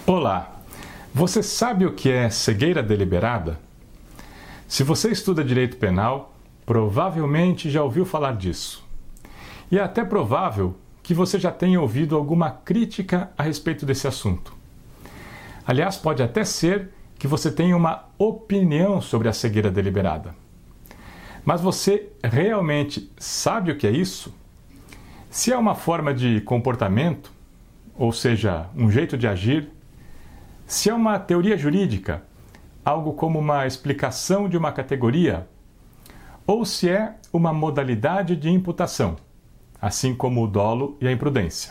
Olá! Você sabe o que é cegueira deliberada? Se você estuda direito penal, provavelmente já ouviu falar disso. E é até provável que você já tenha ouvido alguma crítica a respeito desse assunto. Aliás, pode até ser que você tenha uma opinião sobre a cegueira deliberada. Mas você realmente sabe o que é isso? Se é uma forma de comportamento, ou seja, um jeito de agir, se é uma teoria jurídica, algo como uma explicação de uma categoria, ou se é uma modalidade de imputação, assim como o dolo e a imprudência.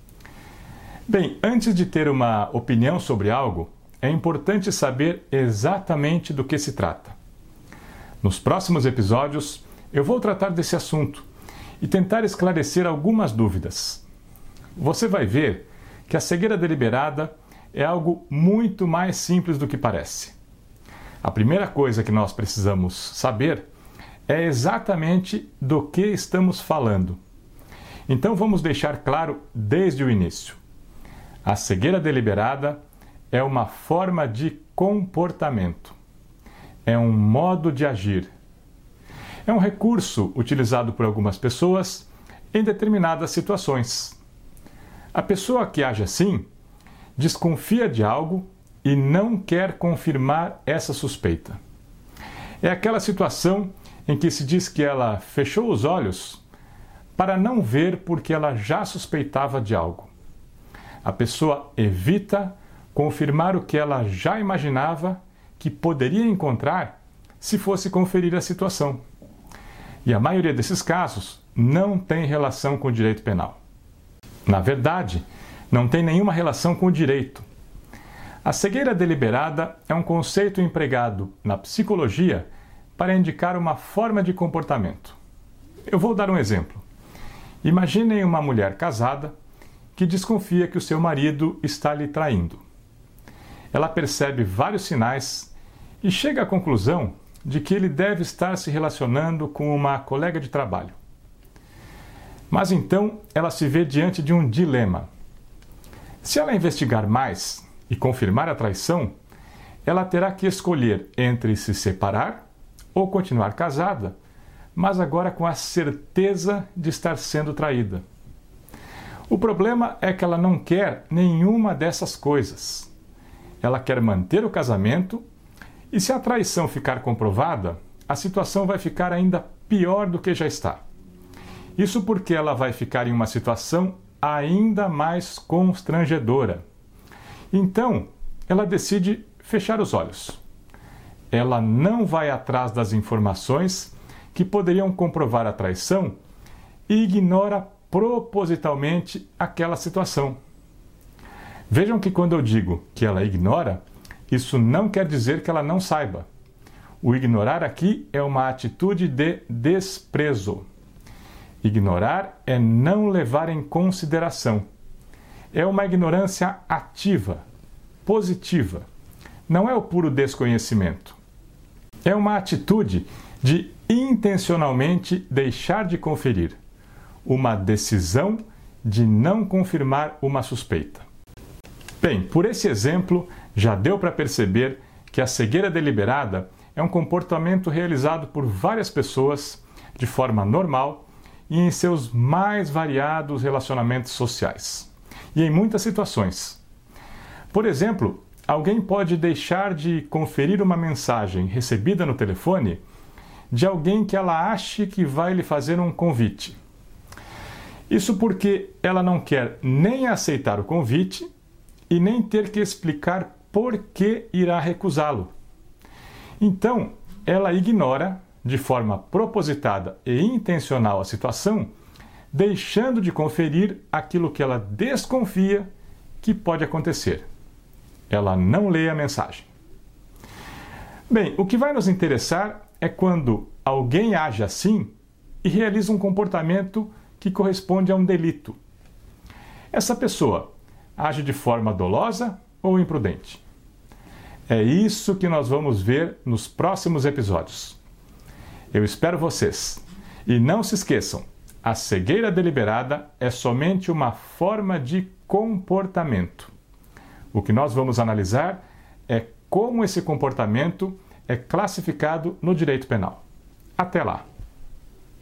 Bem, antes de ter uma opinião sobre algo, é importante saber exatamente do que se trata. Nos próximos episódios, eu vou tratar desse assunto e tentar esclarecer algumas dúvidas. Você vai ver que a cegueira deliberada é algo muito mais simples do que parece. A primeira coisa que nós precisamos saber é exatamente do que estamos falando. Então vamos deixar claro desde o início. A cegueira deliberada é uma forma de comportamento. É um modo de agir. É um recurso utilizado por algumas pessoas em determinadas situações. A pessoa que age assim desconfia de algo e não quer confirmar essa suspeita. É aquela situação em que se diz que ela fechou os olhos para não ver porque ela já suspeitava de algo. A pessoa evita confirmar o que ela já imaginava que poderia encontrar se fosse conferir a situação. E a maioria desses casos não tem relação com o direito penal. Na verdade, não tem nenhuma relação com o direito. A cegueira deliberada é um conceito empregado na psicologia para indicar uma forma de comportamento. Eu vou dar um exemplo. Imaginem uma mulher casada que desconfia que o seu marido está lhe traindo. Ela percebe vários sinais e chega à conclusão de que ele deve estar se relacionando com uma colega de trabalho. Mas então ela se vê diante de um dilema. Se ela investigar mais e confirmar a traição, ela terá que escolher entre se separar ou continuar casada, mas agora com a certeza de estar sendo traída. O problema é que ela não quer nenhuma dessas coisas. Ela quer manter o casamento e, se a traição ficar comprovada, a situação vai ficar ainda pior do que já está. Isso porque ela vai ficar em uma situação ainda mais constrangedora. Então, ela decide fechar os olhos. Ela não vai atrás das informações que poderiam comprovar a traição e ignora propositalmente aquela situação. Vejam que quando eu digo que ela ignora, isso não quer dizer que ela não saiba. O ignorar aqui é uma atitude de desprezo. Ignorar é não levar em consideração. É uma ignorância ativa, positiva. Não é o puro desconhecimento. É uma atitude de intencionalmente deixar de conferir. Uma decisão de não confirmar uma suspeita. Bem, por esse exemplo, já deu para perceber que a cegueira deliberada é um comportamento realizado por várias pessoas de forma normal e em seus mais variados relacionamentos sociais, e em muitas situações. Por exemplo, alguém pode deixar de conferir uma mensagem recebida no telefone de alguém que ela ache que vai lhe fazer um convite. Isso porque ela não quer nem aceitar o convite e nem ter que explicar por que irá recusá-lo. Então, ela ignora de forma propositada e intencional a situação, deixando de conferir aquilo que ela desconfia que pode acontecer. Ela não lê a mensagem. Bem, o que vai nos interessar é quando alguém age assim e realiza um comportamento que corresponde a um delito. Essa pessoa age de forma dolosa ou imprudente? É isso que nós vamos ver nos próximos episódios. Eu espero vocês. E não se esqueçam, a cegueira deliberada é somente uma forma de comportamento. O que nós vamos analisar é como esse comportamento é classificado no direito penal. Até lá!